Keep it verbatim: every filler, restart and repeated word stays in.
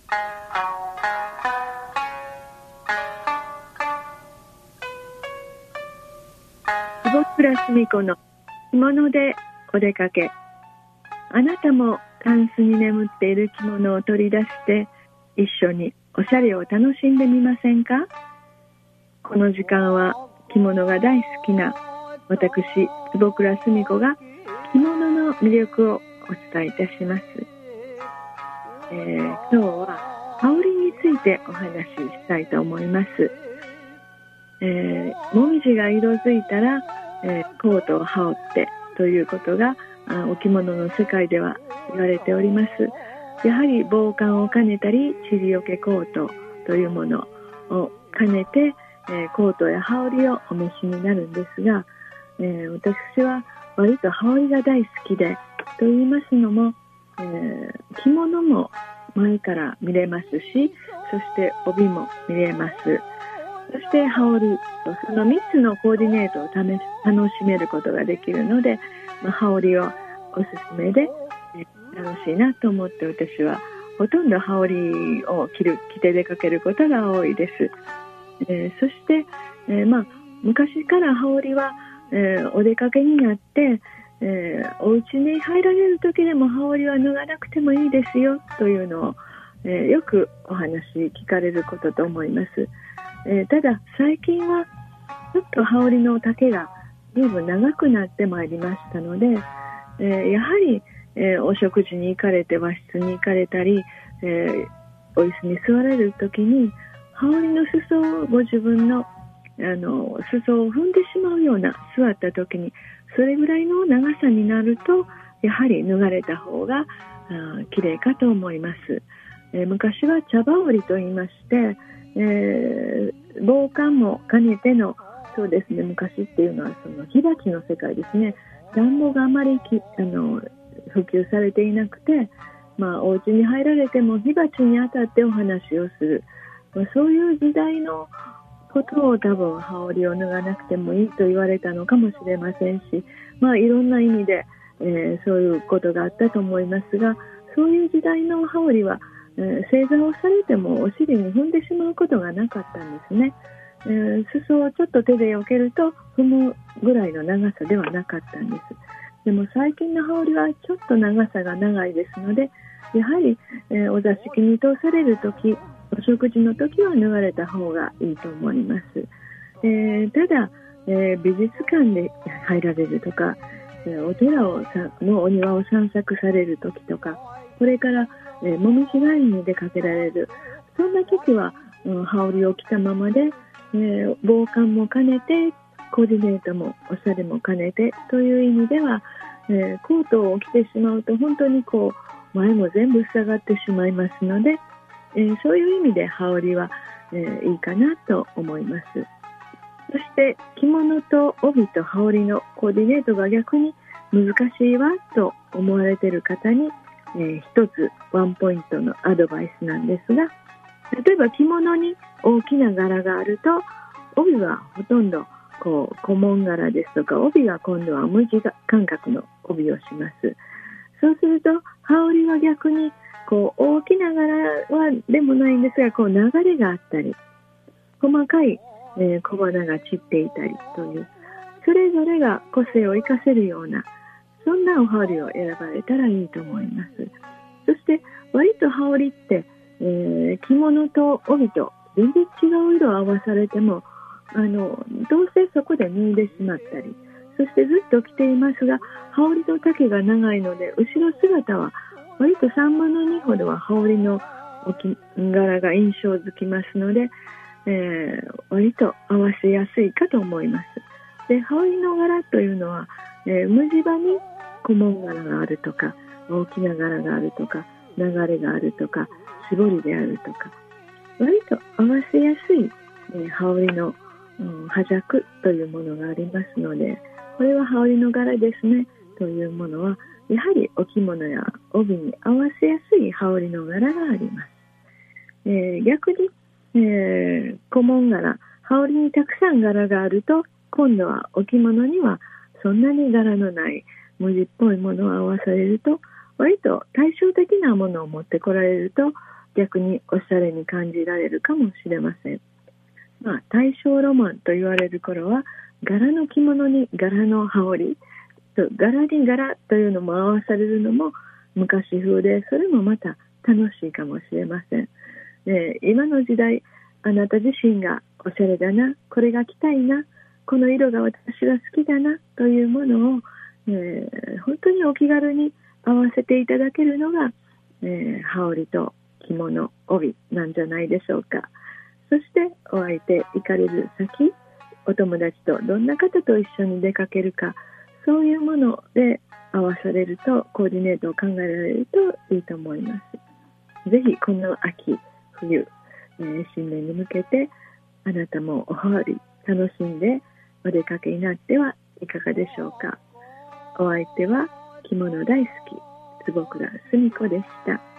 坪倉澄子の着物でお出かけ。あなたもタンスに眠っている着物を取り出して一緒におしゃれを楽しんでみませんか。この時間は着物が大好きな私坪倉澄子が着物の魅力をお伝えいたします。えー、今日は羽織についてお話ししたいと思います。えー、もみじが色づいたら、えー、コートを羽織ってということがお着物の世界では言われております。やはり防寒を兼ねたり塵よけコートというものを兼ねて、えー、コートや羽織をお召しになるんですが、えー、私は割と羽織が大好きで、と言いますのも、えー、着物も前から見れますし、そして帯も見れます。そして羽織とそのみっつのコーディネートを試し楽しめることができるので、まあ、羽織をおすすめで、えー、楽しいなと思って私はほとんど羽織を着る着て出かけることが多いです。えー、そして、えーまあ、昔から羽織は、えー、お出かけになって、えー、お家に入られる時でも羽織は脱がなくてもいいですよというのを、えー、よくお話聞かれることと思います。えー、ただ最近はちょっと羽織の丈が随分長くなってまいりましたので、えー、やはり、えー、お食事に行かれて和室に行かれたり、えー、お椅子に座られる時に羽織の裾をご自分の、あの裾を踏んでしまうような座った時にそれぐらいの長さになるとやはり脱がれた方が綺麗かと思います。えー、昔は茶羽織と言いまして、えー、防寒も兼ねてのそうですね、昔っていうのはその火鉢の世界ですね。暖房があまりきあの普及されていなくて、まあ、お家に入られても火鉢に当たってお話をする、まあ、そういう時代のことを多分羽織を脱がなくてもいいと言われたのかもしれませんし、まあ、いろんな意味で、えー、そういうことがあったと思いますが、そういう時代の羽織は、えー、正座をされてもお尻に踏んでしまうことがなかったんですね。えー、裾をちょっと手で避けると踏むぐらいの長さではなかったんです。でも最近の羽織はちょっと長さが長いですので、やはり、えー、お座敷に通されるとき、お食事の時は脱がれた方がいいと思います。えー、ただ、えー、美術館で入られるとか、えー、お寺をさのお庭を散策される時とか、これから、えー、もみじ狩りに出かけられる、そんな時は、うん、羽織を着たままで、えー、防寒も兼ねてコーディネートもおしゃれも兼ねてという意味では、えー、コートを着てしまうと本当にこう前も全部塞がってしまいますので、えー、そういう意味で羽織は、えー、いいかなと思います。そして着物と帯と羽織のコーディネートが逆に難しいわと思われている方に、えー、一つワンポイントのアドバイスなんですが、例えば着物に大きな柄があると帯はほとんどこう小紋柄ですとか、帯が今度は無地感覚の帯をします。そうすると羽織は逆にこう大きな柄はでもないんですが、こう流れがあったり細かい、えー、小花が散っていたりという、それぞれが個性を生かせるようなそんなお羽織を選ばれたらいいと思います。そして割と羽織って、えー、着物と帯と全然違う色を合わされてもあのどうせそこで脱いでしまったり、そしてずっと着ていますが羽織の丈が長いので後ろ姿は割とさんぶんのにほどは羽織の置き柄が印象づきますので、えー、割と合わせやすいかと思います。で、羽織の柄というのは、えー、無地場に小紋柄があるとか大きな柄があるとか流れがあるとか絞りであるとか割と合わせやすい、えー、羽織の、うん、波弱というものがありますので、これは羽織の柄ですねというものはやはりお着物や帯に合わせやすい羽織の柄があります。えー、逆に、えー、小紋柄、羽織にたくさん柄があると今度はお着物にはそんなに柄のない無地っぽいものを合わされると割と対照的なものを持ってこられると逆におしゃれに感じられるかもしれません。まあ、大正ロマンと言われる頃は柄の着物に柄の羽織と柄に柄というのも合わされるのも昔風で、それもまた楽しいかもしれません。で、今の時代あなた自身がおしゃれだな、これが着たいな、この色が私は好きだなというものを、えー、本当にお気軽に合わせていただけるのが、えー、羽織と着物帯なんじゃないでしょうか。そしてお相手行かれる先、お友達とどんな方と一緒に出かけるか、そういうもので合わされると、コーディネートを考えられるといいと思います。ぜひこの秋冬、えー、新年に向けてあなたもお羽織楽しんでお出かけになってはいかがでしょうか。お相手は着物大好き坪倉澄子でした。